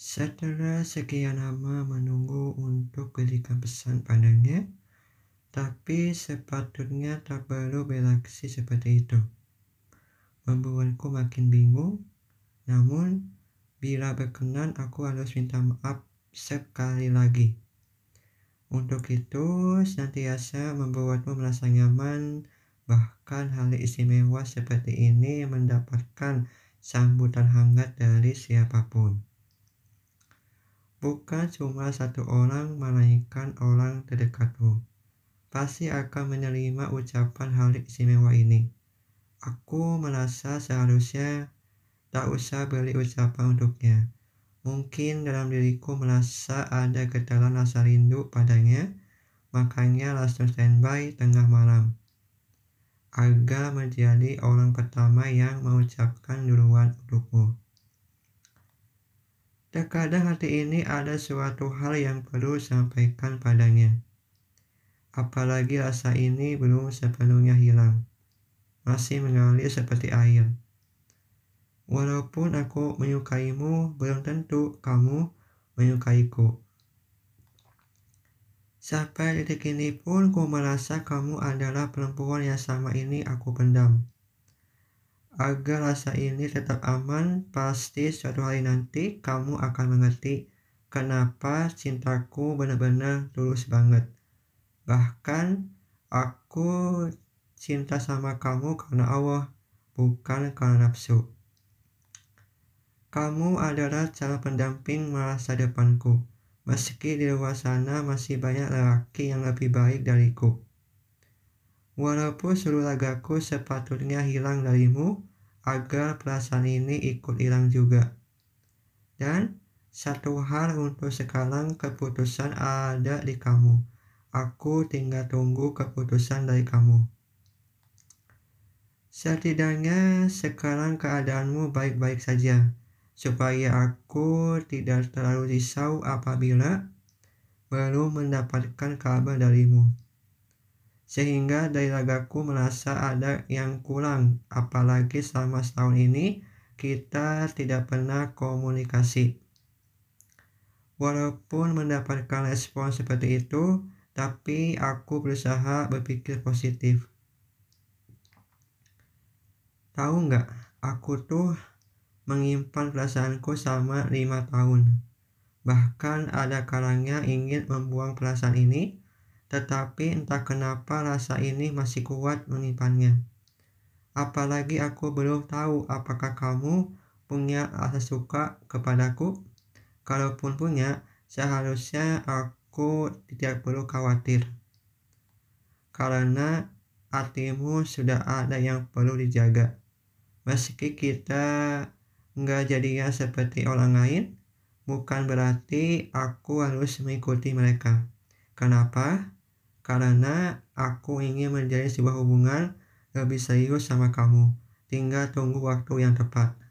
Setelah sekian lama menunggu untuk berikan pesan padanya, tapi sepatutnya tak perlu bereaksi seperti itu. Membuatku makin bingung, namun bila berkenan aku harus minta maaf sekali lagi. Untuk itu, senantiasa membuatmu merasa nyaman, bahkan hal istimewa seperti ini mendapatkan sambutan hangat dari siapapun. Bukan cuma satu orang, melainkan orang terdekatmu pasti akan menerima ucapan hal istimewa ini. Aku merasa seharusnya tak usah beri ucapan untuknya. Mungkin dalam diriku merasa ada getaran rasa rindu padanya, makanya langsung standby tengah malam, agar menjadi orang pertama yang mengucapkan duluan untukmu. Terkadang hati ini ada suatu hal yang perlu sampaikan padanya. Apalagi rasa ini belum sepenuhnya hilang, masih mengalir seperti air. Walaupun aku menyukaimu, belum tentu kamu menyukaiku. Sampai detik ini pun ku merasa kamu adalah perempuan yang sama ini aku pendam. Agar rasa ini tetap aman, pasti suatu hari nanti kamu akan mengerti kenapa cintaku benar-benar tulus banget. Bahkan aku cinta sama kamu karena Allah, bukan karena nafsu. Kamu adalah calon pendamping masa depanku, meski di luar sana masih banyak lelaki yang lebih baik dariku. Walaupun seluruh ragaku sepatutnya hilang darimu, agar perasaan ini ikut hilang juga. Dan satu hal untuk sekarang, keputusan ada di kamu. Aku tinggal tunggu keputusan dari kamu. Setidaknya sekarang keadaanmu baik-baik saja, supaya aku tidak terlalu risau apabila belum mendapatkan kabar darimu. Sehingga dari ragaku merasa ada yang kurang, apalagi selama setahun ini kita tidak pernah komunikasi. Walaupun mendapatkan respon seperti itu, tapi aku berusaha berpikir positif. Tahu nggak, aku tuh menyimpan perasaanku selama 5 tahun. Bahkan ada kalanya ingin membuang perasaan ini, tetapi entah kenapa rasa ini masih kuat menyimpannya. Apalagi aku belum tahu apakah kamu punya rasa suka kepadaku. Kalaupun punya, seharusnya aku tidak perlu khawatir, karena hatimu sudah ada yang perlu dijaga. Meski kita nggak jadinya seperti orang lain, bukan berarti aku harus mengikuti mereka. Kenapa? Karena aku ingin menjalin sebuah hubungan lebih serius sama kamu. Tinggal tunggu waktu yang tepat.